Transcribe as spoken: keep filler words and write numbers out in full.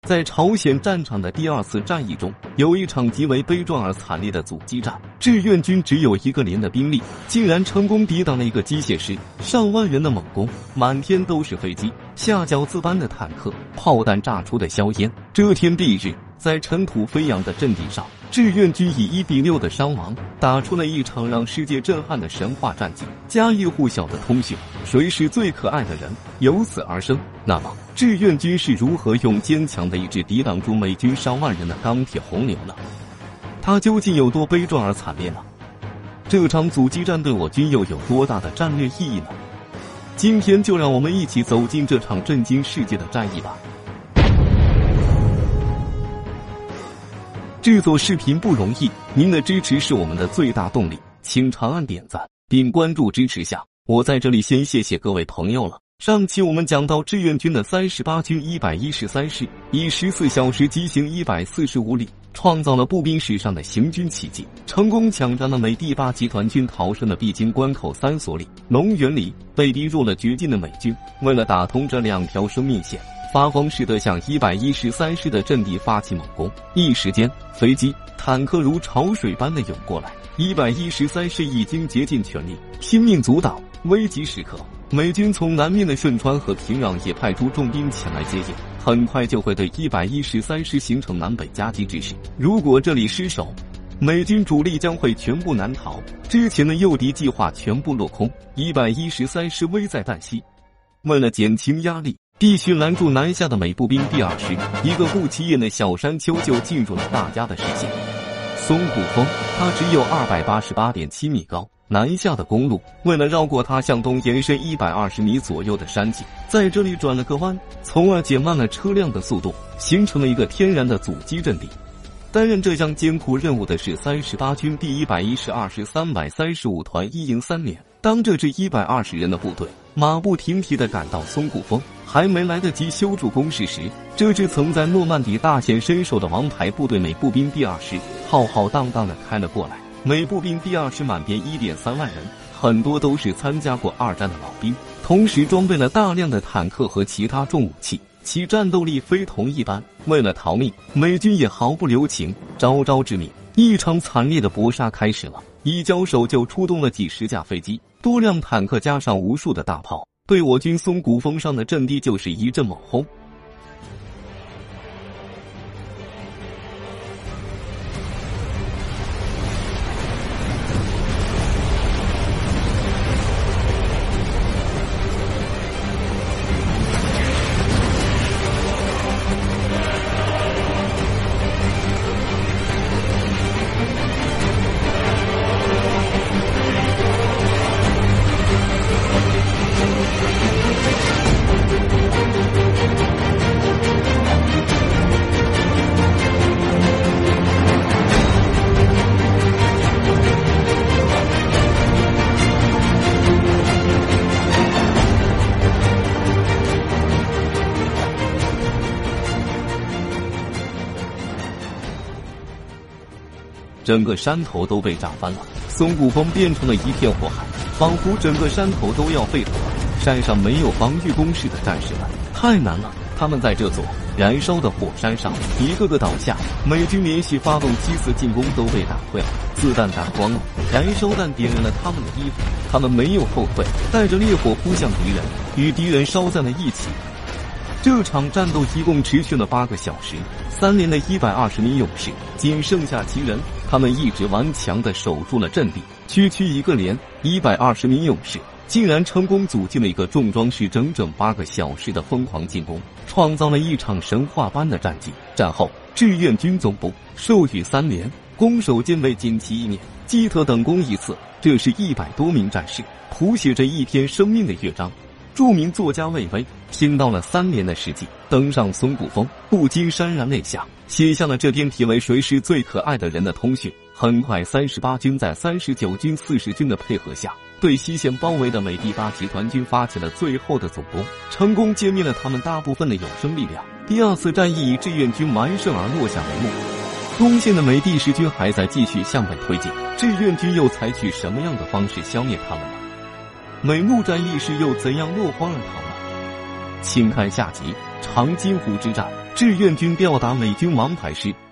在朝鲜战场的第二次战役中，有一场极为悲壮而惨烈的阻击战，志愿军只有一个连的兵力，竟然成功抵挡了一个机械师上万人的猛攻，满天都是飞机，下饺子般的坦克，炮弹炸出的硝烟，遮天蔽日。在尘土飞扬的阵地上，志愿军以一比六的伤亡，打出了一场让世界震撼的神话战绩。家喻户晓的通讯，谁是最可爱的人，由此而生。那么，志愿军是如何用坚强的意志抵挡住美军上万人的钢铁洪流呢？它究竟有多悲壮而惨烈呢？这场阻击战对我军又有多大的战略意义呢？今天就让我们一起走进这场震惊世界的战役吧。制作视频不容易，您的支持是我们的最大动力，请长按点赞并关注支持下。我在这里先谢谢各位朋友了。上期我们讲到志愿军的三十八军一百一十三师以十四小时急行一百四十五里，创造了步兵史上的行军奇迹，成功抢占了美第八集团军逃生的必经关口三所里、龙源里。被逼入了绝境的美军，为了打通这两条生命线，发慌似的向一百一十三师的阵地发起猛攻，一时间飞机、坦克如潮水般的涌过来，一百一十三师已经竭尽全力拼命阻挡。危急时刻，美军从南面的顺川和平壤也派出重兵前来接应，很快就会对一百一十三师形成南北夹击之势。如果这里失守，美军主力将会全部南逃，之前的诱敌计划全部落空，一百一十三师危在旦夕。为了减轻压力，必须拦住南下的美步兵第二师，一个不起眼的小山丘就进入了大家的视线。松骨峰，它只有 二百八十八点七米高，南下的公路为了绕过它向东延伸一百二十米左右的山脊，在这里转了个弯，从而减慢了车辆的速度，形成了一个天然的阻击阵地。担任这项艰苦任务的是三十八军第一百一十二师三百三十五团一营三连。当这支一百二十人的部队马不停蹄地赶到松骨峰，还没来得及修筑工事时，这支曾在诺曼底大显身手的王牌部队美步兵第二师浩浩荡荡地开了过来。美步兵第二师满编 一点三万人，很多都是参加过二战的老兵，同时装备了大量的坦克和其他重武器，其战斗力非同一般。为了逃命，美军也毫不留情，招招致命。一场惨烈的搏杀开始了，一交手就出动了几十架飞机、多辆坦克加上无数的大炮，对我军松骨峰上的阵地就是一阵猛轰。整个山头都被炸翻了，松骨峰变成了一片火海，仿佛整个山头都要沸腾了。山上没有防御工事的战士们太难了，他们在这座燃烧的火山上一个个倒下，美军连续发动七次进攻都被打退了，子弹打光了，燃烧弹点燃了他们的衣服，他们没有后退，带着烈火扑向敌人，与敌人烧在了一起。这场战斗一共持续了八个小时，三连的一百二十名勇士仅剩下七人，他们一直顽强地守住了阵地。区区一个连，一百二十名勇士竟然成功阻击了一个重装师整整八个小时的疯狂进攻，创造了一场神话般的战绩。战后，志愿军总部授予三连，攻守兼备，锦旗一面，基特等功一次。这是一百多名战士谱写着一篇生命的乐章。著名作家魏巍听到了三连的事迹，登上松骨峰，不禁潸然泪下，写下了这篇题为《谁是最可爱的人》的通讯。很快，三十八军在三十九军、四十军的配合下，对西线包围的美第八集团军发起了最后的总攻，成功歼灭了他们大部分的有生力量。第二次战役以志愿军完胜而落下帷幕。东线的美第十军还在继续向北推进，志愿军又采取什么样的方式消灭他们呢？美陆战役是又怎样落荒而逃呢？请看下集《长津湖之战》。 志愿军吊打美军王牌时，